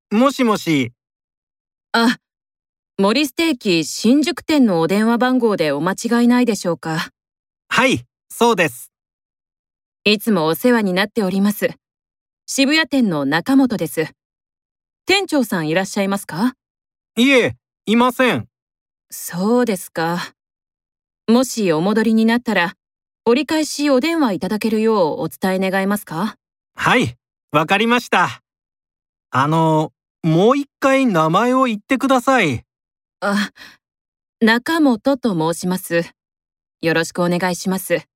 もしもし。 あ、森ステーキ新宿店のお電話番号でお間違いないでしょうか。 はい、そうです。 いつもお世話になっております。渋谷店の中本です。店長さんいらっしゃいますか？ いえ、いません。 そうですか。もしお戻りになったら、折り返しお電話いただけるようお伝え願えますか？ はい、わかりました。もう一回名前を言ってください。 あ、中本と申します。よろしくお願いします。